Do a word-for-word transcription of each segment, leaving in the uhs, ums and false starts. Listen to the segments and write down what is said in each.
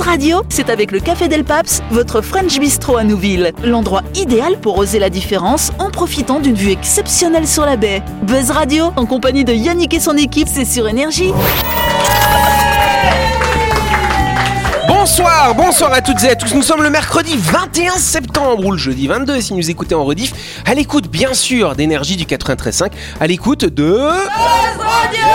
Radio, c'est avec le Café Del Paps, votre French Bistro à Nouville. L'endroit idéal pour oser la différence en profitant d'une vue exceptionnelle sur la baie. Buzz Radio, en compagnie de Yannick et son équipe, c'est sur Énergie. Bonsoir, bonsoir à toutes et à tous. Nous sommes le mercredi vingt et un septembre ou le jeudi vingt-deux si vous écoutez en rediff. À l'écoute bien sûr d'Énergie du quatre-vingt-treize virgule cinq. À l'écoute de Buzz Radio.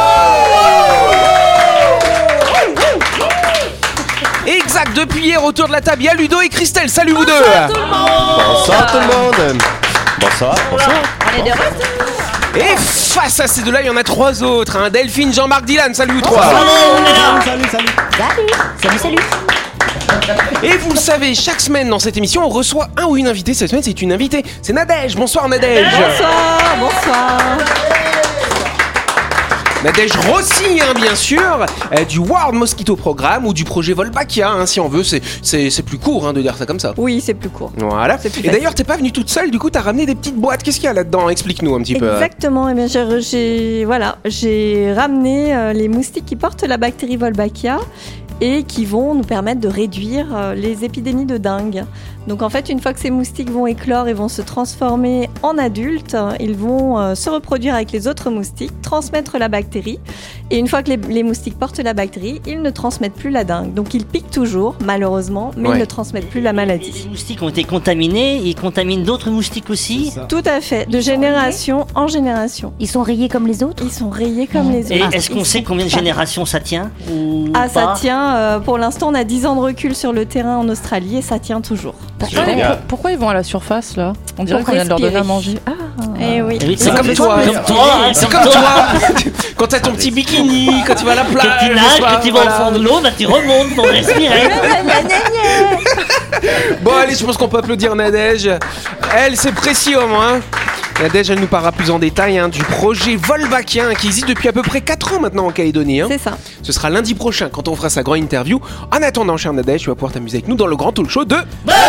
Exact, depuis hier autour de la table, il y a Ludo et Christelle. Salut vous deux. Bonsoir tout le monde. Bonsoir tout le monde. Bonsoir, bonsoir. On est de retour. Et face à ces deux-là, il y en a trois autres. Hein. Delphine, Jean-Marc, Dylan, salut vous trois. Salut, salut, salut. Salut, salut, salut. Et vous le savez, chaque semaine dans cette émission, on reçoit un ou une invitée. Cette semaine, c'est une invitée. C'est Nadège. Bonsoir Nadège. Bonsoir, bonsoir. Nadège Rossi, hein, bien sûr, euh, du World Mosquito Programme ou du projet Volbakia, hein, si on veut. C'est, c'est, c'est plus court hein, de dire ça comme ça. Oui, c'est plus court. Voilà. C'est plus Et facile. d'ailleurs, t'es pas venue toute seule, du coup, t'as ramené des petites boîtes. Qu'est-ce qu'il y a là-dedans ? Explique-nous un petit peu. Exactement. Eh bien, j'ai, j'ai, voilà, j'ai ramené euh, les moustiques qui portent la bactérie Wolbachia et qui vont nous permettre de réduire euh, les épidémies de dengue. Donc en fait, une fois que ces moustiques vont éclore et vont se transformer en adultes, ils vont euh, se reproduire avec les autres moustiques, transmettre la bactérie. Et une fois que les, les moustiques portent la bactérie, ils ne transmettent plus la dengue. Donc ils piquent toujours, malheureusement, mais Ouais. ils ne transmettent plus la maladie. Les moustiques ont été contaminés, ils contaminent d'autres moustiques aussi. Tout à fait, de génération en génération. Ils sont rayés comme les autres. Ils sont rayés comme les Et autres. est-ce qu'on Ils sait sont combien de pas- générations ça tient ou Ah, ça pas tient. euh, pour l'instant, on a dix ans de recul sur le terrain en Australie et ça tient toujours. Pourquoi, Génial. pour- pourquoi ils vont à la surface là ? On dirait Pour qu'on vient de leur donner à respirer. manger. Ah, Eh oui. Eh oui, C'est comme toi, comme toi, hein, C'est comme comme toi. toi. Quand t'as ton petit bikini, quand tu vas à la plage. Quand tu le nages, soir, quand tu vas voilà. au fond de l'eau, bah, tu remontes pour respirer. Bon, allez, je pense qu'on peut applaudir Nadège. Elle, c'est précis au moins. Nadège, elle nous parlera plus en détail hein, du projet Volbakia hein, qui existe depuis à peu près quatre ans maintenant en Calédonie. Hein. C'est ça. Ce sera lundi prochain quand on fera sa grande interview. En attendant, cher Nadège, tu vas pouvoir t'amuser avec nous dans le grand talk show de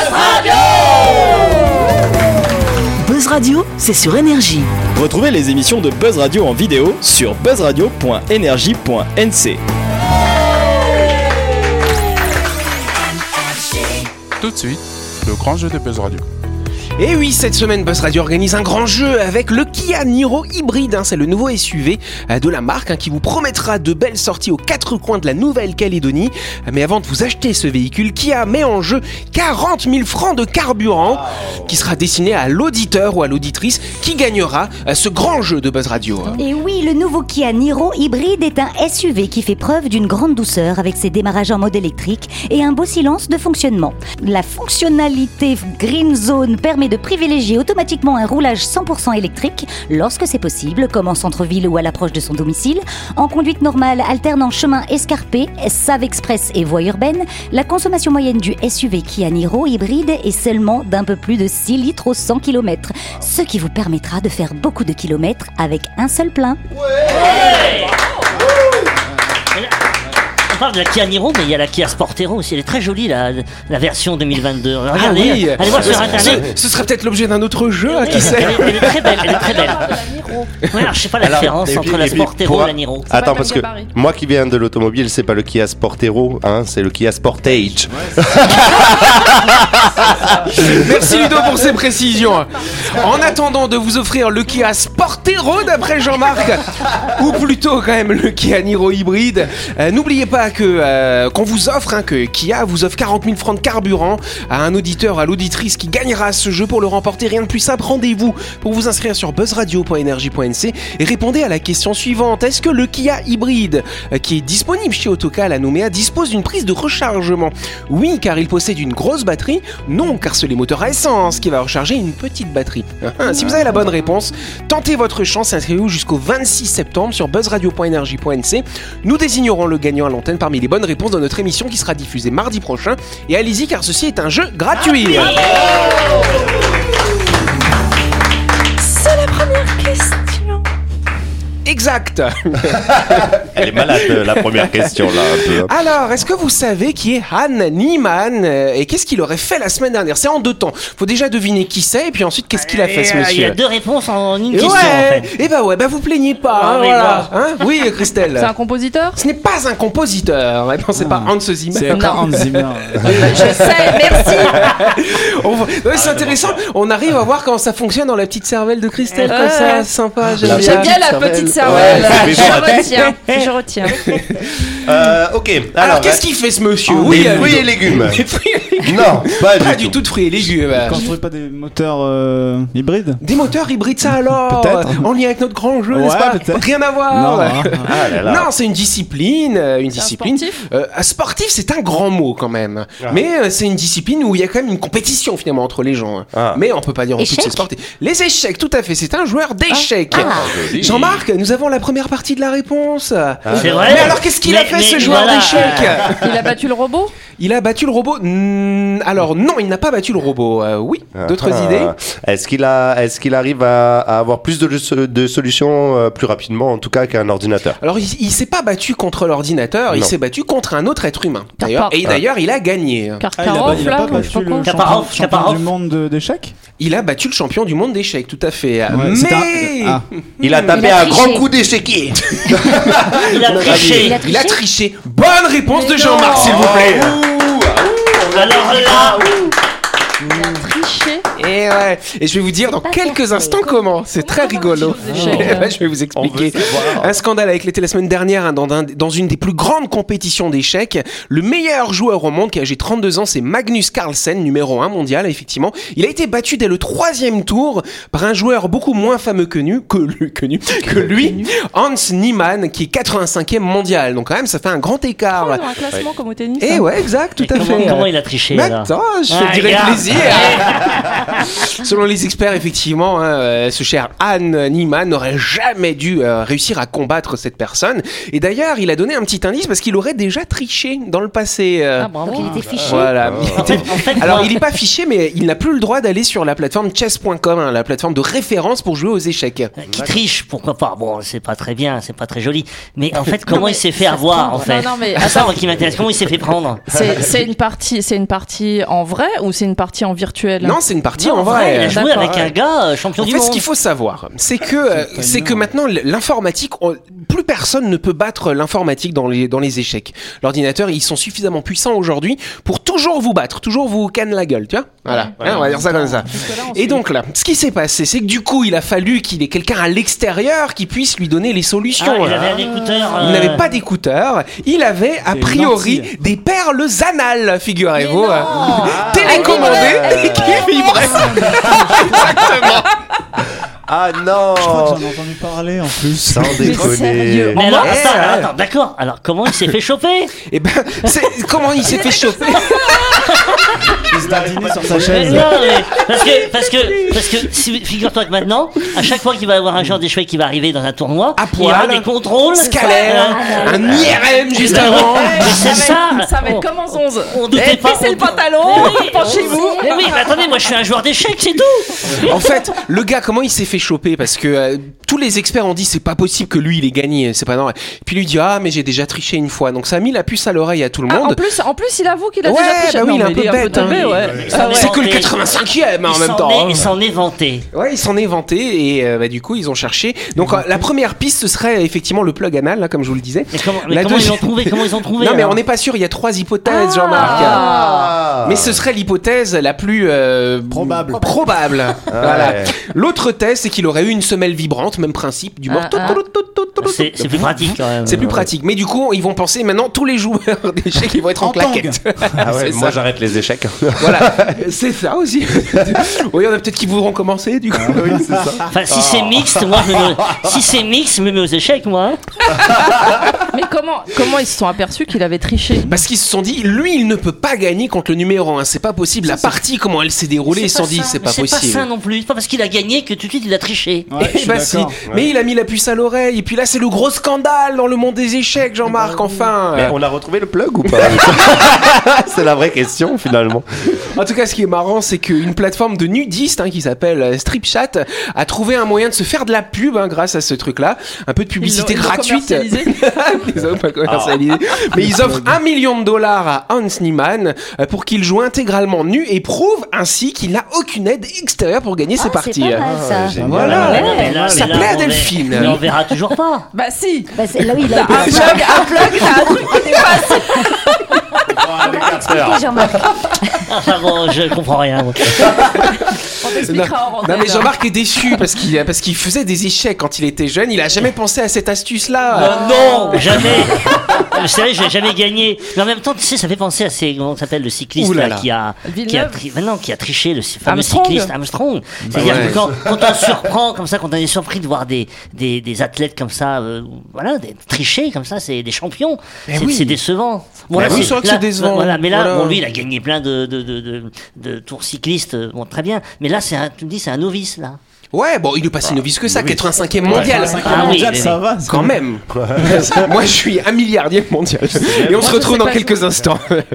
Buzz Radio, c'est sur Énergie. Retrouvez les émissions de Buzz Radio en vidéo sur buzzradio point energie point n c. Tout de suite, le grand jeu de Buzz Radio. Et oui, cette semaine, Buzz Radio organise un grand jeu avec le Kia Niro Hybride. Hein, c'est le nouveau S U V euh, de la marque hein, qui vous promettra de belles sorties aux quatre coins de la Nouvelle-Calédonie. Mais avant de vous acheter ce véhicule, Kia met en jeu quarante mille francs de carburant qui sera destiné à l'auditeur ou à l'auditrice qui gagnera euh, ce grand jeu de Buzz Radio. hein. Et oui, le nouveau Kia Niro Hybride est un S U V qui fait preuve d'une grande douceur avec ses démarrages en mode électrique et un beau silence de fonctionnement. La fonctionnalité Green Zone permet de privilégier automatiquement un roulage cent pour cent électrique lorsque c'est possible, comme en centre-ville ou à l'approche de son domicile. En conduite normale, alternant chemin escarpé, Save Express et voie urbaine, la consommation moyenne du S U V Kia Niro Hybride est seulement d'un peu plus de six litres au cent kilomètres, ce qui vous permettra de faire beaucoup de kilomètres avec un seul plein. On parle de la Kia Niro, mais il y a la Kia Sportero aussi. Elle est très jolie, la, la version deux mille vingt-deux. Regardez, Ah oui, allez voir sur ce- internet. Ce, ce serait peut-être l'objet d'un autre jeu, hein, qui Elle, sait. elle est- elle est très belle, elle est très belle. Ouais, alors, je sais pas la Alors, différence et entre puis- la et puis, Sportero pour- et la Niro. Attends, pas parce le que gabarit. moi qui viens de l'automobile, c'est pas le Kia Sportero, hein, c'est le Kia Sportage. Merci Ludo pour ces précisions. En attendant de vous offrir le Kia Sportero d'après Jean-Marc, ou plutôt quand même le Kia Niro hybride, euh, n'oubliez pas que euh, qu'on vous offre, hein, que Kia vous offre quarante mille francs de carburant à un auditeur, à l'auditrice qui gagnera ce jeu. Pour le remporter, rien de plus simple, rendez-vous pour vous inscrire sur buzzradio point energie point n c et répondez à la question suivante. Est-ce que le Kia hybride euh, qui est disponible chez Autocal à Nouméa dispose d'une prise de rechargement ? Oui, car il possède une grosse batterie. Non, car c'est les moteurs à essence qui va recharger une petite batterie. Si vous avez la bonne réponse, tentez votre chance et inscrivez-vous jusqu'au vingt-six septembre sur buzzradio point energie point n c. Nous désignerons le gagnant à l'antenne parmi les bonnes réponses de notre émission qui sera diffusée mardi prochain. Et allez-y, car ceci est un jeu gratuit. C'est la première question. Exact. Elle est malade, la première question, là, un peu. Alors, est-ce que vous savez qui est Han Niemann euh, et qu'est-ce qu'il aurait fait la semaine dernière? C'est en deux temps. Faut déjà deviner qui c'est et puis ensuite qu'est-ce qu'il a fait, ce monsieur. Il y a deux réponses en une Et question, ouais. en fait. Et bah ouais, bah vous plaignez pas, hein, Ah, mais voilà. Hein, oui, Christelle. C'est un compositeur? Ce n'est pas un compositeur. Eh ben, c'est pas Hans Zimmer. C'est pas Hans Zimmer. Je sais, merci. On voit- ouais, c'est intéressant. On arrive à voir comment ça fonctionne dans la petite cervelle de Christelle, Ouais. comme ça, sympa. J'aime La bien. J'aime bien la cervelle. petite cervelle. Ouais, c'est je bien. retiens. Je retiens. Euh, ok. Alors, Alors, qu'est-ce qu'il fait ce monsieur? euh, Oui, des euh, fruits et légumes. Des fruits et légumes. Non, pas, Pas du du tout de fruits et légumes. Il construit pas des moteurs euh, hybrides? Des moteurs hybrides, ça alors Peut-être. En lien avec notre grand jeu, Ouais, n'est-ce pas? peut-être. Rien à voir. Non, hein. Ah là là. Non, c'est une discipline, euh, une C'est un discipline. sportif Euh, un sportif, c'est un grand mot quand même. Ah. Mais euh, c'est une discipline où il y a quand même une compétition finalement entre les gens. hein. Ah. Mais on peut pas dire en tout que Échecs c'est sportif. Les échecs, tout à fait. C'est un joueur d'échecs. Ah. joli. Jean-Marc, nous avons la première partie de la réponse. C'est vrai. Mais alors, qu'est-ce qu'il a Mais- fait mais ce joueur voilà, d'échecs Il a battu le robot? Il a battu le robot. Hmm, alors non, il n'a pas battu le robot. Euh, oui. D'autres Ah. idées? Est-ce qu'il a, est-ce qu'il arrive à, à avoir plus de, de solutions euh, plus rapidement, en tout cas, qu'un ordinateur? Alors, il, il s'est pas battu contre l'ordinateur, il Non. s'est battu contre un autre être humain. D'ailleurs, Karpov. et d'ailleurs, il a gagné. Ah, il a, pas- Karkarov, il a là, pas ou je sais battu pas quoi. le Kaparov, champion, champion Kaparov. du monde de- d'échecs? Il a battu le champion du monde d'échecs, tout à fait. Ouais, c'était Mais un- ah. Il a tapé Il a un triché. grand coup d'échiquier. Il a triché. Il a il a triché. triché. Bonne réponse de Mais Jean-Marc, non. s'il vous plaît. Alors là, Il a triché. Et ouais. Et je vais vous dire dans quelques instants comment. C'est très rigolo. aux échecs, Eh ben, là je vais vous expliquer. On veut savoir. Un scandale a éclaté la semaine dernière hein, dans, un- dans une des plus grandes compétitions d'échecs. Le meilleur joueur au monde qui a âgé trente-deux ans, c'est Magnus Carlsen, numéro un mondial, effectivement. Il a été battu dès le troisième tour par un joueur beaucoup moins fameux que, nu, que, lui, que, nu, que lui, Hans Niemann, qui est quatre-vingt-cinquième mondial. Donc quand même, ça fait un grand écart. Oh, ils ont un classement comme au tennis. Et hein. ouais, exact, tout mais à comment, fait. comment il a triché Mais là? attends, je Ah, te dirai regarde. plaisir. Selon les experts, effectivement, hein, euh, ce cher Han Niemann n'aurait jamais dû euh, réussir à combattre cette personne. Et d'ailleurs, il a donné un petit indice parce qu'il aurait déjà triché dans le passé. euh. Ah, bravo. Donc il était fiché. Voilà. Il En était- fait, en fait, Alors, moi- il n'est pas fiché, mais il n'a plus le droit d'aller sur la plateforme chess point com, hein, la plateforme de référence pour jouer aux échecs. Qui triche, pourquoi pas? Bon, c'est pas très bien, c'est pas très joli. Mais en fait, comment il s'est fait avoir, en fait? Non, non, mais Ah, ça, attends. moi qui m'intéresse, comment il s'est fait prendre? C'est c'est une partie, c'est une partie en vrai ou c'est une partie en virtuel? Non, c'est une partie Non, en vrai. il a joué D'accord, avec un gars euh, champion En du fait, monde. ce qu'il faut savoir, c'est que euh, c'est que maintenant l'informatique, on- plus personne ne peut battre l'informatique dans les dans les échecs. L'ordinateur, ils sont suffisamment puissants aujourd'hui pour toujours vous battre, toujours vous canne la gueule, tu vois. Voilà, Hein, on va dire ça comme ça. Jusque-là, on Et suit. donc là, ce qui s'est passé, c'est que du coup, il a fallu qu'il ait quelqu'un à l'extérieur qui puisse lui donner les Ah, solutions. il avait un écouteur. Il euh, n'avait pas d'écouteurs, il avait a Des priori lentilles. des perles anales, figurez-vous, Mais non. euh, télécommandées et qui vibraient. Exactement. Ah Je crois non. que j'en ai entendu parler en plus. Sans sérieux déconner. Mais alors, Eh, attends, ouais. attends, d'accord. Alors, comment il s'est fait choper? Et ben, c'est- comment il s'est fait choper? Il se dandinait sur sa Mais chaise. non, mais parce que, parce que, parce que, si- figure-toi que maintenant, à chaque fois qu'il va y avoir un genre d'échec qui va arriver dans un tournoi, À il y aura poil, des contrôles. scalaire, Euh, un I R M juste euh, avant. mais c'est Ça ça. va être- ça va être On- comme en onze. On doutait Eh, pas. baissez on- le pantalon, Mais oui, penchez-vous. Mais oui, mais attendez, moi je suis un joueur d'échecs, c'est tout. En fait, le gars, comment il s'est fait choper? Parce que euh, tous les experts ont dit c'est pas possible que lui il ait gagné, c'est pas normal. Puis lui dit ah mais j'ai déjà triché une fois, donc ça a mis la puce à l'oreille à tout le Ah, en monde. plus, en plus, il avoue qu'il a Ouais, déjà triché. bah oui, Non, il est un mais peu bête, teubé, hein. ouais. Il s'en Ah ouais. C'est que le vanté. quatre-vingt-cinquième hein, en Il même s'en temps. est- hein. Il s'en est vanté. Ouais, ils s'en est vanté et euh, bah, du coup ils ont cherché. Donc euh, la première piste ce serait effectivement le plug anal, là, comme je vous le disais. Mais comment, mais La comment ils deuxième- l'ont trouvé? Comment ils ont trouvé? Non mais alors on n'est pas sûr, il y a trois hypothèses, Jean-Marc. Ah. Mais ce serait l'hypothèse la plus euh, Probable. Probable. Voilà. Ouais. L'autre thèse, c'est qu'il aurait eu une semelle vibrante, même principe, du mort. Ah, ah. C'est c'est plus pratique quand même. C'est plus pratique. Mais du coup, ils vont penser maintenant tous les joueurs d'échecs, ils vont être en, En tang. claquette. Ah ouais, C'est moi ça. j'arrête les échecs. Voilà, c'est ça aussi. Oui, il y en a peut-être qui voudront commencer du coup. Oui, c'est ça. Enfin, si c'est mixte, moi je me mets... si c'est mixte, je me mets aux échecs, moi. Mais comment, comment ils se sont aperçus qu'il avait triché? Parce qu'ils se sont dit, lui, il ne peut pas gagner contre le numéro un. C'est pas possible. La partie, comment elle s'est déroulée, ils se sont dit, c'est pas C'est pas possible. ça non plus. C'est pas parce qu'il a gagné que tout de suite il a triché. Ouais, je Eh suis bah si, d'accord. mais il a mis la puce à l'oreille. Et puis là, c'est le gros scandale dans le monde des échecs, Jean-Marc, enfin. Mais on a retrouvé le plug ou pas? C'est la vraie question finalement. finalement. En tout cas, ce qui est marrant, c'est qu'une plateforme de nudistes hein, qui s'appelle Stripchat a trouvé un moyen de se faire de la pub hein, grâce à ce truc-là. Un peu de publicité Ils l'ont- ils l'ont gratuite. commercialisé. Ils ont pas commercialisé. Mais ils offrent un million de dollars à Hans Niemann euh, pour qu'il joue intégralement nu et prouve ainsi qu'il n'a aucune aide extérieure pour gagner ses Ah, parties. c'est pas mal, ça. génial. Voilà. Mais non, mais là- Ça mais là, plaît à on verra- Delphine. Mais on verra toujours pas. Bah si. Bah, c'est- là, oui, il a Un plug, un plug, t'as un truc qui dépasse. expliqué, Jean-Marc. Enfin bon, je comprends rien. moi. On t'expliquera en Non antenne. mais Jean-Marc est déçu parce qu'il parce qu'il faisait des échecs quand il était jeune. Il a jamais pensé à cette astuce-là. Euh, non, jamais. Vous savez, je n'ai jamais gagné. Mais en même temps, tu sais, ça fait penser à ces, comment ça s'appelle, le cycliste Ouh là là, là. qui a, qui a, Villeneuve. tri- maintenant, qui a triché, le fameux Armstrong. cycliste Armstrong. C'est-à-dire ouais. que quand, quand on surprend comme ça, quand on est surpris de voir des, des, des athlètes comme ça, euh, voilà, des tricher comme ça, c'est des champions. Eh C'est oui. c'est décevant. Bon, Eh là, oui, c'est c'est vrai que là, c'est décevant. Voilà, mais là, Voilà. bon, lui, il a gagné plein de, de, de, de, de tours cyclistes. Bon, très bien. Mais là, c'est un, tu me dis, c'est un novice là. Ouais, bon, il est pas si novice que ça, quatre-vingt-cinquième mondial. Ah oui, mondial, mais- ça va. Quand même. Moi, je suis un milliardième mondial. Et on se je retrouve sais dans pas quelques jouer. instants.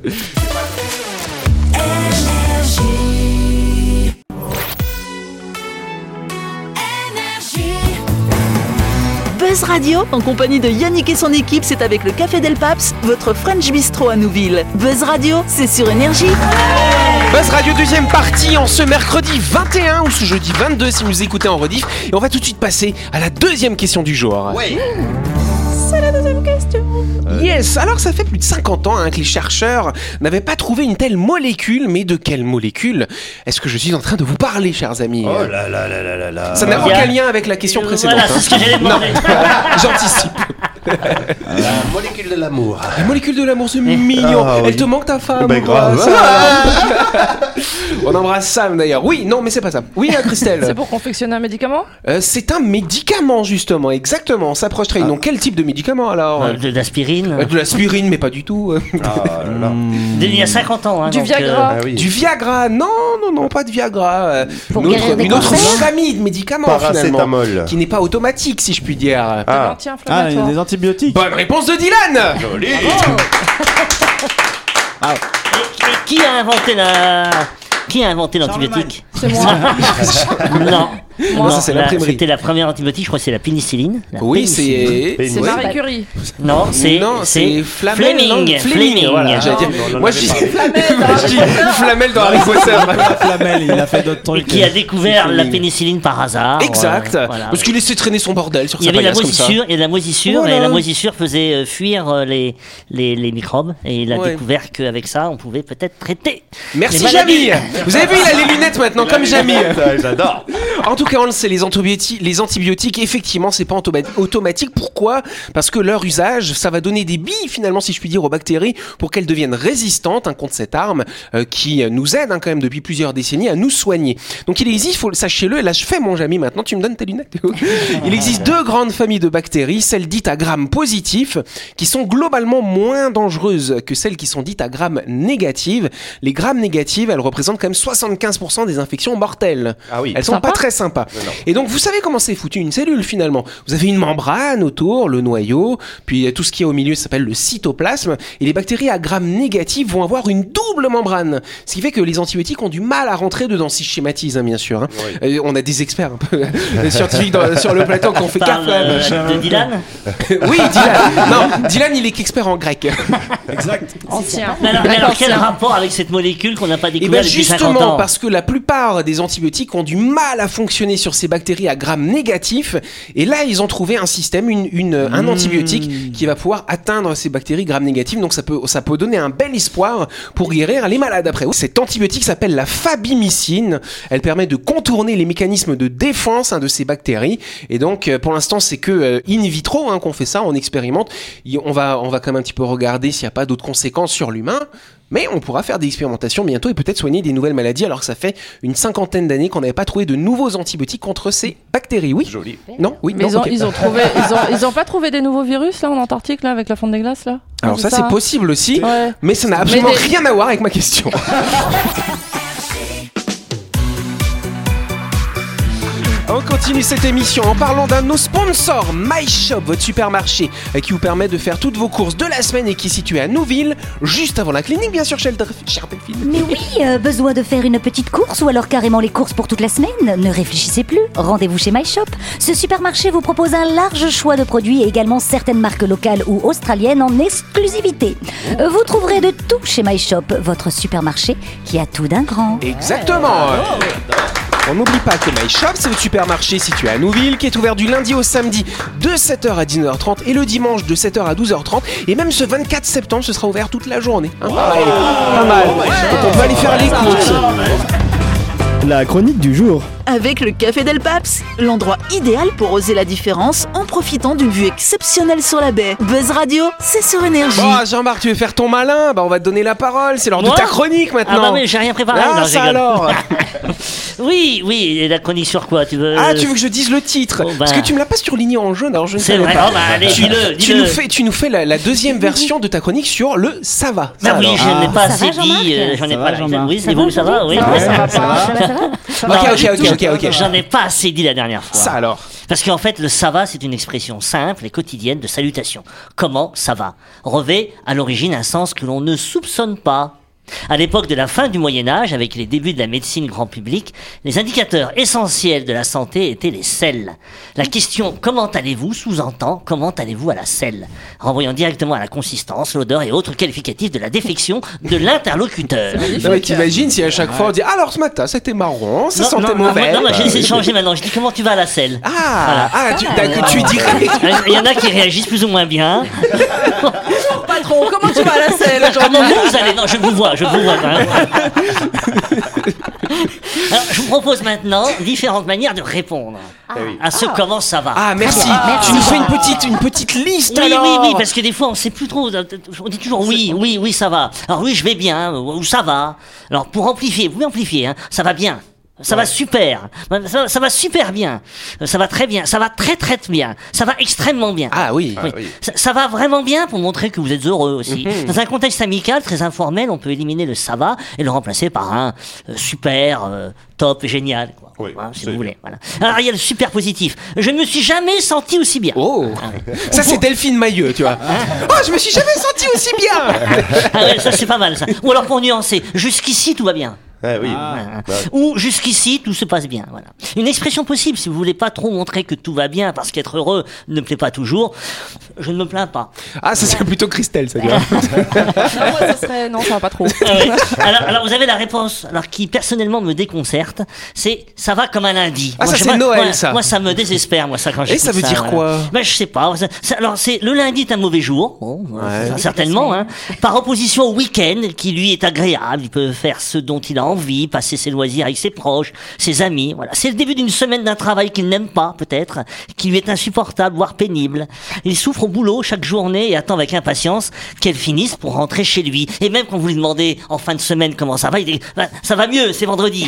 Buzz Radio, en compagnie de Yannick et son équipe, c'est avec le Café Del Paps, votre French Bistro à Nouville. Buzz Radio, c'est sur Énergie. Buzz Radio deuxième partie en ce mercredi vingt et un ou ce jeudi vingt-deux si vous nous écoutez en rediff. Et on va tout de suite passer à la deuxième question du jour. Ouais. C'est la deuxième question. Yes, alors ça fait plus de cinquante ans hein, que les chercheurs n'avaient pas trouvé une telle molécule, mais de quelle molécule est-ce que je suis en train de vous parler, chers amis? Oh là là là là là là. Ça n'a Il y a- aucun lien avec la question précédente. Voilà, c'est ce que j'allais Non, demander. j'anticipe. La molécule de l'amour. La molécule de l'amour, c'est mignon. Ah, oui. Elle te manque ta femme. Ben ou quoi, grave. ça On embrasse Sam d'ailleurs. Oui, non, mais c'est pas ça. Oui, hein, Christelle. C'est pour confectionner un médicament. Euh, c'est un médicament justement, exactement. On s'approche très. Donc quel type de médicament alors? Euh, De l'aspirine. Euh, De l'aspirine, mais pas du tout. Ah là là. Il y a cinquante ans. Hein, Du donc, Viagra. Ah oui. Du Viagra? Non, non, non, pas de Viagra. Euh, Pour une guérir autre, des une autre cancers famille de médicaments finalement, Paracétamol. qui n'est pas automatique, si je puis dire. De Ah. Ah, il y a l'anti-inflammatoire. des antibiotiques. Bonne réponse de Dylan. Joli. Et, et qui a inventé la qui a inventé l'antibiotique? C'est moi. Non. Non, ça, c'est la- l'imprimerie. C'était la première antibiotique, je crois que c'est la pénicilline. La Oui, pénicilline. c'est. C'est Ouais. Marie Curie. Non, c'est non, c'est Flamel. Fleming. non, Fleming. Voilà, j'allais dire. Non, on en Moi, avait je dis. pas. Je dis Flamel dans Harry Potter. Flamel, il a fait d'autres Et trucs. qui a découvert la Fleming. pénicilline par hasard. Exact. euh, voilà. Parce qu'il laissait traîner son bordel sur Il y sa avait la paillasse comme ça. moisissure, il y avait la moisissure, Voilà. et la moisissure faisait euh, fuir euh, les, les, les microbes. Et il a Ouais. découvert qu'avec ça, on pouvait peut-être traiter. Merci Les Jamy. maladies. Vous avez vu, il a les lunettes maintenant, comme Jamy. Ah, J'adore. En tout cas, on le sait, les antibiotiques, les antibiotiques, effectivement, c'est pas automa- automatique. Pourquoi? Parce que leur usage, ça va donner des billes, finalement, si je puis dire, aux bactéries pour qu'elles deviennent résistantes hein, contre cette arme euh, qui euh, nous aide hein, quand même depuis plusieurs décennies à nous soigner. Donc il existe, faut, sachez-le, et là je fais mon Jamy maintenant, tu me donnes tes lunettes Théo. Il existe deux grandes familles de bactéries, celles dites à gram positif, qui sont globalement moins dangereuses que celles qui sont dites à gram négatives. Les grammes négatives, elles représentent quand même soixante-quinze pour cent des infections mortelles. Ah oui. Elles sont Sympa. pas très sympas. Non. Et donc, vous savez comment c'est foutu une cellule finalement. Vous avez une membrane autour, le noyau, puis euh, tout ce qui est au milieu s'appelle le cytoplasme. Et les bactéries à gram négatif vont avoir une double membrane. Ce qui fait que les antibiotiques ont du mal à rentrer dedans, si je schématise, hein, bien sûr. hein. Oui. Euh, on a des experts un peu des scientifiques dans- sur le plateau qui ont fait gaffe Parle quand même. euh, de Dylan. Oui, Dylan. Non, Dylan, il est qu'expert en grec. Exact. Ancien. Mais alors, mais alors, D'accord, quel c'est- rapport avec cette molécule qu'on n'a pas Et découvert bien depuis cinquante justement, ans? parce que la plupart des antibiotiques ont du mal à fonctionner sur ces bactéries à gram négatif. Et là, ils ont trouvé un système, une, une, un Mmh. antibiotique qui va pouvoir atteindre ces bactéries gram négatif. Donc ça peut, ça peut donner un bel espoir pour guérir les malades après. Cet antibiotique s'appelle la fabimycine. Elle permet de contourner les mécanismes de défense hein, de ces bactéries. Et donc, euh, pour l'instant, c'est que euh, in vitro hein, qu'on fait ça, on expérimente. Y- On va, on va quand même un petit peu regarder s'il n'y a pas d'autres conséquences sur l'humain. Mais on pourra faire des expérimentations bientôt et peut-être soigner des nouvelles maladies alors que ça fait une cinquantaine d'années qu'on n'avait pas trouvé de nouveaux antibiotiques contre ces bactéries. Oui. Joli. Non. Oui. Mais non, ils ont, ok. ils ont trouvé, ils ont, ils ont pas trouvé des nouveaux virus là en Antarctique là avec la fonte des glaces là. Alors ça, c'est hein. possible aussi, Ouais. mais ça n'a absolument Mais des- rien à voir avec ma question. On continue cette émission en parlant d'un de nos sponsors, MyShop, votre supermarché qui vous permet de faire toutes vos courses de la semaine et qui est situé à Nouville, juste avant la clinique, bien sûr, chez Delphine. Mais oui, euh, besoin de faire une petite course ou alors carrément les courses pour toute la semaine? Ne réfléchissez plus, rendez-vous chez MyShop. Ce supermarché vous propose un large choix de produits et également certaines marques locales ou australiennes en exclusivité. Vous trouverez de tout chez MyShop, votre supermarché qui a tout d'un grand. Exactement. On n'oublie pas que MyShop, c'est votre supermarché situé à Nouville, qui est ouvert du lundi au samedi de sept heures à dix-neuf heures trente et le dimanche de sept heures à douze heures trente. Et même ce vingt-quatre septembre, ce sera ouvert toute la journée. Hein, pareil. Pas mal. Donc on peut aller faire les courses. La chronique du jour. Avec le Café Del Paps, l'endroit idéal pour oser la différence en profitant d'une vue exceptionnelle sur la baie. Buzz Radio, c'est sur Énergie. Bon, Jean-Marc, tu veux faire ton malin? Bah, on va te donner la parole. C'est l'heure de Moi ta chronique maintenant. Ah bah oui, j'ai rien préparé. Ah, non, ça je rigole. alors. Oui, oui, et la chronique sur quoi? Tu veux Ah, tu veux que je dise le titre? Oh, bah. Parce que tu me l'as pas surligné en jaune, alors je ne C'est savais vrai. pas. Oh, bah, allez, tu, dis-le, tu dis-le. nous fais, tu nous fais la, la deuxième version de ta chronique sur le ça va. Bah Ça, oui, alors. je n'ai pas Ça assez va, Jean-Marc dit. euh, J'en ai Ça pas. va, Jean-Marc Oui, c'est vous, ça va? Oui. Ça va, ça va, ça va, ça va. Non, Ok, ok, du ok, tout. ok, ok. J'en ai pas assez dit la dernière fois. Ça alors. Parce qu'en fait, le ça va, c'est une expression simple et quotidienne de salutation. Comment ça va revêt à l'origine un sens que l'on ne soupçonne pas. À l'époque de la fin du Moyen-Âge, avec les débuts de la médecine grand public, les indicateurs essentiels de la santé étaient les selles. La question « comment allez-vous » sous-entend « comment allez-vous à la selle ?» renvoyant directement à la consistance, l'odeur et autres qualificatifs de la défection de l'interlocuteur. Non, mais t'imagines si à chaque fois on dit alors ce matin c'était marron, ça Non, sentait non, non, mauvais. non, non, j'ai essayé de changer maintenant. Je dis comment tu vas à la selle. Ah, ah tu, d'accord, tu dirais. Il y en a qui réagissent plus ou moins bien. Patron, comment tu vas à la selle Comment vous allez? Non, je vous vois, je vous vois quand même. Alors, je vous propose maintenant différentes manières de répondre à ce comment ça va. Ah merci. Ah, tu nous fais une petite, une petite liste Oui, alors. oui, oui, parce que des fois on sait plus trop. On dit toujours oui, oui, oui, ça va. Alors oui, je vais bien, ou ça va. Alors pour amplifier, vous pouvez amplifier, hein, ça va bien. Ça va super, ça, ça va super bien, ça va très bien, ça va très très bien, ça va extrêmement bien. Ah oui. Oui. Ah oui. Ça, ça va vraiment bien pour montrer que vous êtes heureux aussi. Mhm. Dans un contexte amical très informel, on peut éliminer le ça va et le remplacer par un euh, super, euh, top, génial, quoi. Oui, Hein, si c'est- vous voulez. Voilà. Alors il y a le super positif. Je ne me suis jamais senti aussi bien. Oh, ça c'est Delphine Mailleux, tu vois. Oh, je me suis jamais senti aussi bien. Ah ouais, ça c'est pas mal ça. Ou alors pour nuancer, jusqu'ici tout va bien. Ah oui. Voilà. Bah, Ou jusqu'ici tout se passe bien. Voilà. Une expression possible si vous voulez pas trop montrer que tout va bien parce qu'être heureux ne plaît pas toujours. Je ne me plains pas. Ah, ça c'est plutôt Christelle, ça. tu vois. Non, moi, ça serait... non, ça va pas trop. Ah ouais. alors, alors vous avez la réponse, alors qui personnellement me déconcerte, c'est ça va comme un lundi. Ah, ça, je- c'est Noël, moi, ça. Moi ça me désespère, moi ça quand Et j'écoute ça veut dire voilà. quoi Ben je sais pas. Ça- ça- alors c'est le lundi est un mauvais jour, bon, Ouais. certainement. Hein, par opposition au week-end qui lui est agréable, il peut faire ce dont il a envie, passer ses loisirs avec ses proches, ses amis. Voilà, c'est le début d'une semaine d'un travail qu'il n'aime pas peut-être, qui lui est insupportable, voire pénible. Il souffre au boulot chaque journée et attend avec impatience qu'elle finisse pour rentrer chez lui. Et même quand vous lui demandez en fin de semaine comment ça va, il dit bah, ça va mieux, c'est vendredi.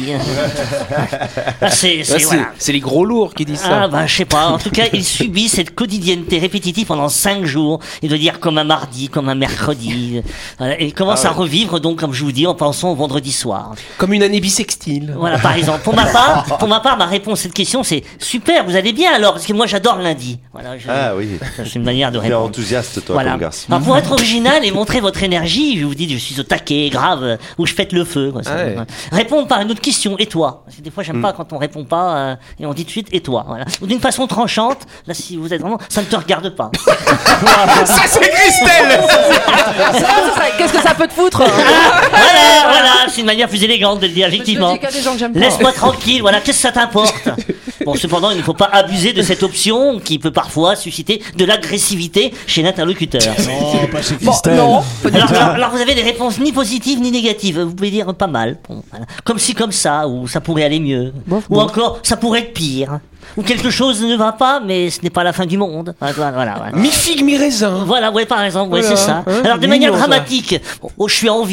Ah, c'est, c'est, Ah, c'est voilà. c'est les gros lourds qui disent ça. Ah bah je sais pas, en tout cas il subit cette quotidienneté répétitive pendant cinq jours, il doit dire comme un mardi, comme un mercredi, voilà. Et il commence Ah à ouais. revivre donc comme je vous dis en pensant au vendredi soir. Comme une année bissextile. Voilà par exemple, pour ma part, pour ma part ma réponse à cette question c'est super, vous allez bien alors, parce que moi j'adore le lundi. Voilà, je- Ah oui. c'est une manière de Tu es répondre. enthousiaste toi Voilà. comme garçon. Alors pour être original et montrer votre énergie, je vous dis je suis au taquet, grave, euh, ou je pète le feu. Quoi, ça, Ah ouais. voilà. Répondre par une autre question, et toi? Parce que des fois j'aime Mm. pas quand on répond pas euh, et on dit de suite et toi. Voilà. Ou d'une façon tranchante, là si vous êtes vraiment, ça ne te regarde pas. Ça c'est Christelle. Qu'est-ce que ça peut te foutre voilà, voilà, c'est une manière plus élégante de le dire Je effectivement. dis qu'il y a des gens que j'aime pas. Laisse-moi tranquille, voilà, qu'est-ce que ça t'importe? Bon, cependant, il ne faut pas abuser de cette option qui peut parfois susciter de l'agressivité chez l'interlocuteur. Non, pas chez Bon, Christelle. non, pas du Alors, tout. alors, alors, vous avez des réponses ni positives ni négatives. Vous pouvez dire pas mal, bon, voilà. Comme si comme ça, ou ça pourrait aller mieux, ou encore ça pourrait être pire, ou quelque chose ne va pas, mais ce n'est pas la fin du monde. Voilà, voilà, voilà. Mi figue mi raisin. Voilà, ouais, par exemple, ouais, Voilà, c'est ça. hein, alors, de mignon, manière ça. dramatique, oh, je suis en vie.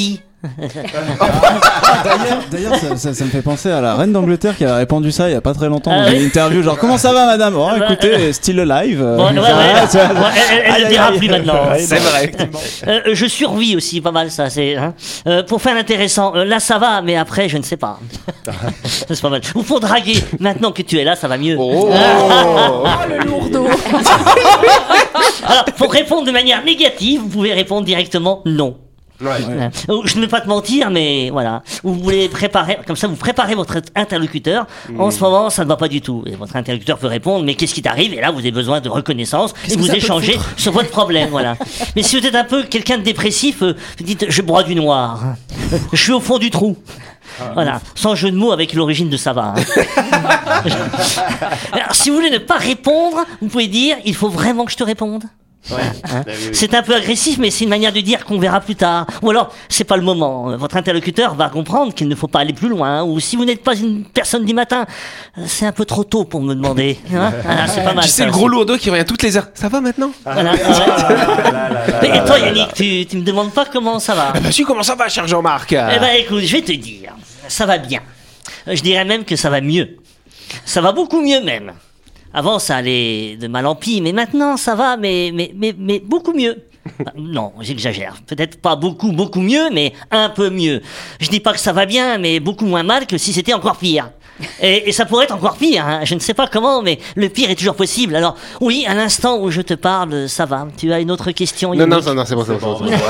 D'ailleurs, d'ailleurs, ça, ça, ça me fait penser à la reine d'Angleterre qui a répondu ça il y a pas très longtemps dans Ah, une oui. interview, genre comment ça va madame? Oh écoutez, euh, still alive. euh, Bon, ouais, ouais, ça va, ouais. ça va. Bon, elle elle ne Aïe, dira aïe, plus aïe. maintenant. Ouais, C'est vrai. Euh, je survis aussi, pas mal ça. C'est hein. euh, pour faire l'intéressant. Euh, là, ça va, mais après, je ne sais pas. C'est pas mal. Ou pour draguer. Maintenant que tu es là, ça va mieux. Oh. Oh, le lourdeau. Alors, pour répondre de manière négative, vous pouvez répondre directement non. Ouais. Voilà. Ou, je ne vais pas te mentir, mais voilà. Ou vous voulez préparer, comme ça, vous préparez votre interlocuteur. En ce moment, ça ne va pas du tout. Et votre interlocuteur peut répondre, mais qu'est-ce qui t'arrive? Et là, vous avez besoin de reconnaissance et que vous ça peut échangez foutre sur votre problème, voilà. Mais si vous êtes un peu quelqu'un de dépressif, euh, vous dites, je bois du noir. Je suis au fond du trou. Voilà, sans jeu de mots avec l'origine de ça va. Hein. Alors, si vous voulez ne pas répondre, vous pouvez dire, il faut vraiment que je te réponde. Ouais. Hein. Oui, oui. C'est un peu agressif, mais c'est une manière de dire qu'on verra plus tard. Ou alors, c'est pas le moment. Votre interlocuteur va comprendre qu'il ne faut pas aller plus loin. Ou si vous n'êtes pas une personne du matin, c'est un peu trop tôt pour me demander. Hein. Voilà, c'est pas mal. Tu sais, ça le aussi. gros lourdeau qui revient toutes les heures. Ça va maintenant? Voilà, ouais. Et toi, Yannick, tu, tu me demandes pas comment ça va? Ah bah si, comment ça va, cher Jean-Marc? Eh ben, écoute, je vais te dire. Ça va bien. Je dirais même que ça va mieux. Ça va beaucoup mieux même. Avant, ça allait de mal en pis, mais maintenant, ça va, mais, mais, mais, mais beaucoup mieux. Bah, non, j'exagère. Peut-être pas beaucoup, beaucoup mieux, mais un peu mieux. Je dis pas que ça va bien, mais beaucoup moins mal que si c'était encore pire. Et, et ça pourrait être encore pire, hein. Je ne sais pas comment, mais le pire est toujours possible. Alors, oui, à l'instant où je te parle, ça va. Tu as une autre question, Non, non, Yannick? non, non, c'est bon, c'est bon. c'est bon.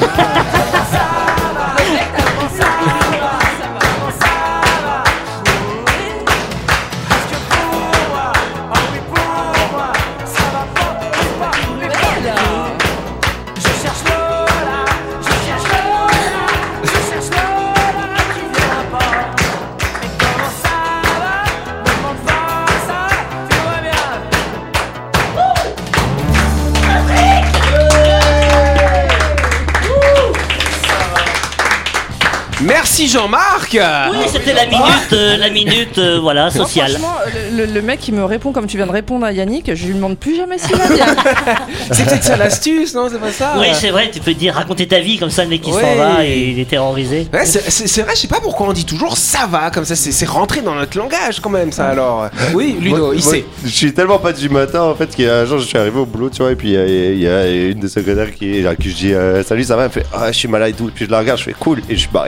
Merci Jean-Marc. Oui, c'était la minute, euh, la minute, euh, voilà, sociale. Franchement, le, le- le mec qui me répond comme tu viens de répondre à Yannick, je lui demande plus jamais s'il va bien. C'est peut-être ça l'astuce, non? C'est pas ça? Oui, c'est vrai, tu peux dire raconter ta vie comme ça, le mec qui Ouais. s'en va et il est terrorisé. Ouais, c'est- c'est c'est vrai, je sais pas pourquoi on dit toujours ça va, comme ça, c'est c'est rentré dans notre langage quand même, ça alors. Oui, Ludo, Moi- il moi, sait. Je suis tellement pas du matin en fait qu'un jour je suis arrivé au boulot, tu vois, et puis il y a- il y, a une des secrétaires qui est là, qui je dis euh, salut, ça va? Elle fait ah, je suis malade et tout. Puis je la regarde, je fais cool et je suis barré.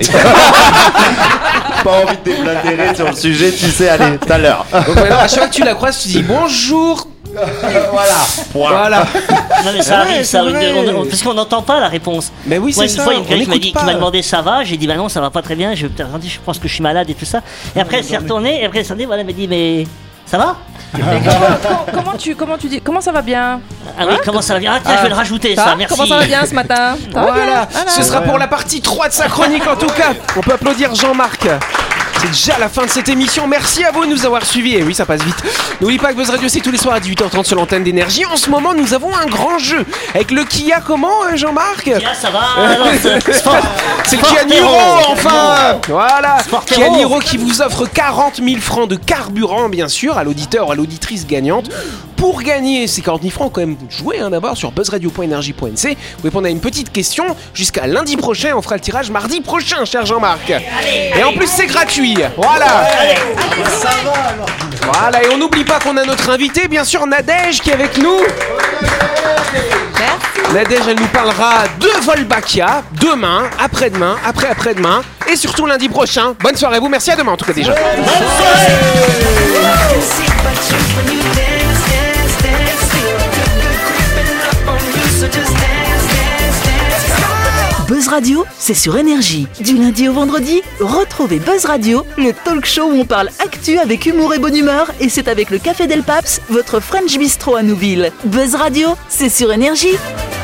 Pas envie de déblatérer sur le sujet, tu sais, allez, tout à l'heure. Donc maintenant, à chaque fois que tu la croises, tu dis bonjour. Voilà. Voilà. Non mais ça Ouais, arrive, c'est ça arrive, vrai. on- on- parce qu'on n'entend pas la réponse. Mais oui, Moi, c'est une ça. fois, il y a on quelqu'un qui m'a écoute dit, pas. qui m'a demandé ça va, j'ai dit bah non, ça va pas très bien, je, attendez, je pense que je suis malade et tout ça. Et après, elle s'est retournée, et après, elle s'est retournée, voilà, elle m'a dit mais ça va? Et comment, comment- comment tu, comment tu dis, comment ça va bien? Ah oui, comment ça va bien? Ah tiens, je vais le rajouter ça, merci. Comment ça va bien ce matin? Ça va bien Voilà, ce sera pour la partie trois de sa chronique en tout cas. On peut applaudir Jean-Marc. C'est déjà la fin de cette émission. Merci à vous de nous avoir suivis. Et oui, ça passe vite. N'oublie pas que Buzz Radio, c'est tous les soirs à dix-huit heures trente sur l'antenne d'Énergie. En ce moment, nous avons un grand jeu avec le Kia. Comment, euh, Jean-Marc? Kia, ça va? Alors, c'est- Sport- C'est le Kia Sportero. Niro, enfin. Voilà. Sportero. Kia Niro qui vous offre quarante mille francs de carburant, bien sûr, à l'auditeur ou à l'auditrice gagnante. Pour gagner ces quarante mille francs, quand même, jouez hein, d'abord sur buzzradio point énergie point n c. Vous répondez à une petite question jusqu'à lundi prochain. On fera le tirage mardi prochain, cher Jean-Marc. Et en plus, c'est gratuit. Voilà. Voilà, et on n'oublie pas qu'on a notre invité, bien sûr, Nadège, qui est avec nous. Nadège, elle nous parlera de Volbakia demain, après-demain, après-après-demain, et surtout lundi prochain. Bonne soirée à vous, merci à demain en tout cas déjà. Buzz Radio, c'est sur Énergie. Du lundi au vendredi, retrouvez Buzz Radio, le talk show où on parle actu avec humour et bonne humeur, et c'est avec le Café Del Paps, votre French Bistro à Nouville. Buzz Radio, c'est sur Énergie.